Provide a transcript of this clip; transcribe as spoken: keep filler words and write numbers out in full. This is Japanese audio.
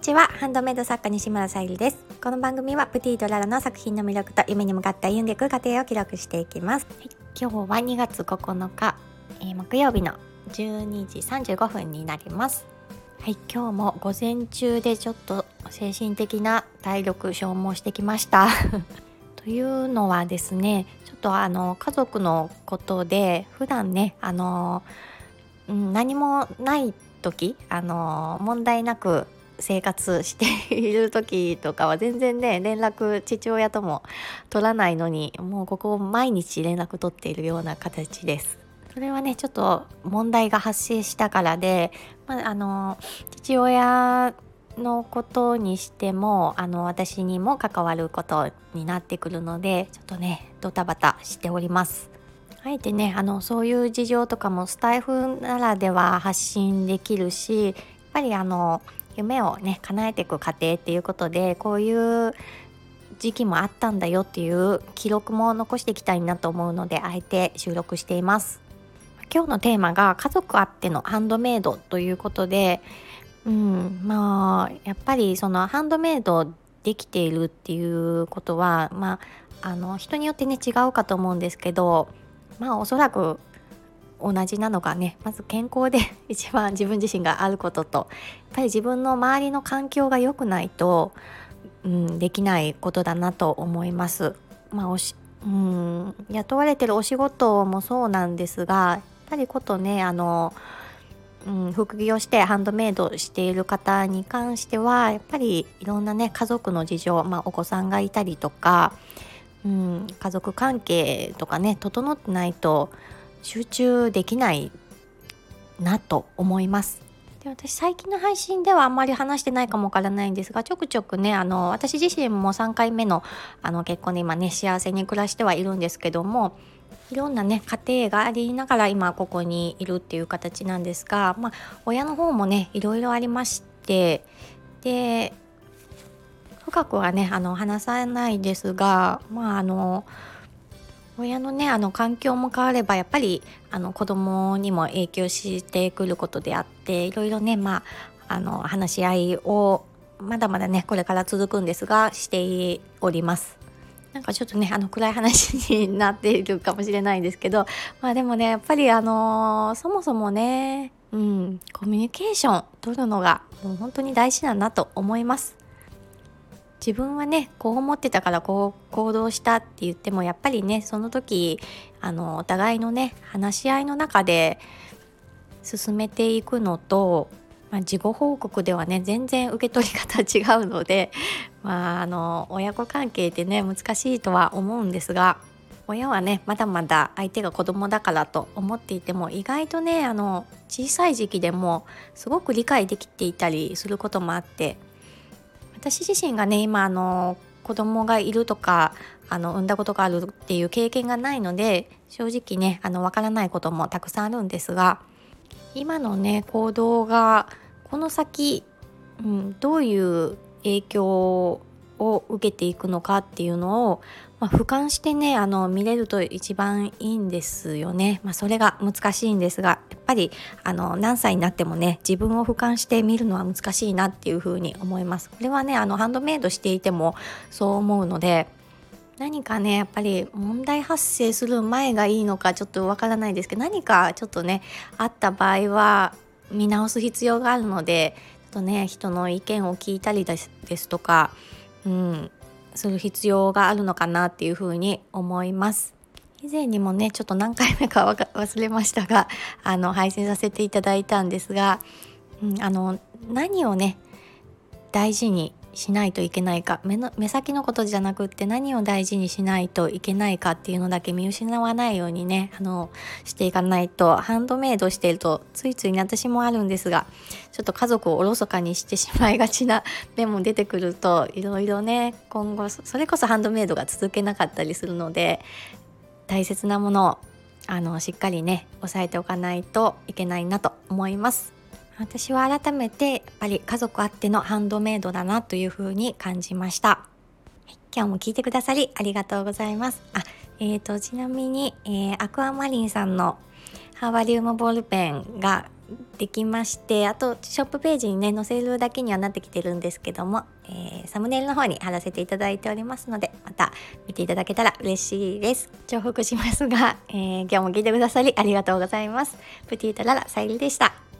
にちは。ハンドメイド作家西村さゆりです。この番組はプティとララの作品の魅力と夢に向かって歩んでいく過程を記録していきます。はい、今日はにがつここのか、えー、木曜日のじゅうにじさんじゅうごふんになります。はい、今日も午前中でちょっと精神的な体力消耗してきましたというのはですね、ちょっとあの家族のことで普段ね、あの、うん、何もない時、あの問題なく生活している時とかは全然ね、連絡父親とも取らないのに、もうここ毎日連絡取っているような形です。それはね、ちょっと問題が発生したからで、まあ、あの父親のことにしてもあの私にも関わることになってくるので、ちょっとねドタバタしております。あえてね、あのそういう事情とかもスタイフならでは発信できるし、やっぱりあの夢をね叶えていく過程っていうことで、こういう時期もあったんだよっていう記録も残していきたいなと思うので、あえて収録しています。今日のテーマが家族あってのハンドメイドということで、うん、まあやっぱりそのハンドメイドできているっていうことは、まああの人によってね違うかと思うんですけど、まあおそらく同じなのがね、まず健康で一番自分自身があることと、やっぱり自分の周りの環境が良くないと、うん、できないことだなと思います。まあおしうん雇われてるお仕事もそうなんですが、やっぱりことね、あの、うん、副業してハンドメイドしている方に関しては、やっぱりいろんなね家族の事情、まあ、お子さんがいたりとか、うん、家族関係とかね整ってないと集中できないなと思います。で、私最近の配信ではあんまり話してないかもわからないんですが、ちょくちょくね、あの私自身もさんかいめのあの結婚で今ね幸せに暮らしてはいるんですけども、いろんなね家庭がありながら今ここにいるっていう形なんですが、まあ親の方もねいろいろありまして、で深くはねあの話さないですが、まああの親のねあの環境も変われば、やっぱりあの子供にも影響してくることであって、いろいろね、まああの話し合いをまだまだねこれから続くんですがしております。なんかちょっとねあの暗い話になっているかもしれないんですけど、まあでもねやっぱりあのそもそもね、うん、コミュニケーション取るのがもう本当に大事だなと思います。自分はねこう思ってたからこう行動したって言っても、やっぱりねその時あのお互いのね話し合いの中で進めていくのと、まあ、事後報告ではね全然受け取り方違うので、まああの親子関係ってね難しいとは思うんですが、親はねまだまだ相手が子供だからと思っていても、意外とねあの小さい時期でもすごく理解できていたりすることもあって、私自身がね今あの子供がいるとかあの産んだことがあるっていう経験がないので、正直ねあのわからないこともたくさんあるんですが、今のね行動がこの先、うん、どういう影響を受けていくのかっていうのを、まあ、俯瞰してねあの見れると一番いいんですよね。まあ、それが難しいんですが、やっぱりあの何歳になってもね自分を俯瞰して見るのは難しいなっていうふうに思います。これはねあのハンドメイドしていてもそう思うので、何かねやっぱり問題発生する前がいいのかちょっとわからないですけど、何かちょっとねあった場合は見直す必要があるので、ちょっとね人の意見を聞いたりですですとか、うん、する必要があるのかなっていうふうに思います。以前にもねちょっと何回目かわか忘れましたがあの配信させていただいたんですが、うん、あの何をね大事にしないといけないか、目の目先のことじゃなくって何を大事にしないといけないかっていうのだけ見失わないようにねあのしていかないと、ハンドメイドしているとついつい私もあるんですが、ちょっと家族をおろそかにしてしまいがちな面も出てくると、いろいろね今後それこそハンドメイドが続けなかったりするので、大切なものをあのしっかりね押さえておかないといけないなと思います。私は改めてやっぱり家族あってのハンドメイドだなというふうに感じました。はい、今日も聞いてくださりありがとうございます。あ、えーとちなみに、えー、アクアマリンさんのハーバリウムボールペンができまして、あとショップページにね載せるだけにはなってきてるんですけども、えー、サムネイルの方に貼らせていただいておりますので、また見ていただけたら嬉しいです。重複しますが、えー、今日も聞いてくださりありがとうございます。プティとララさゆりでした。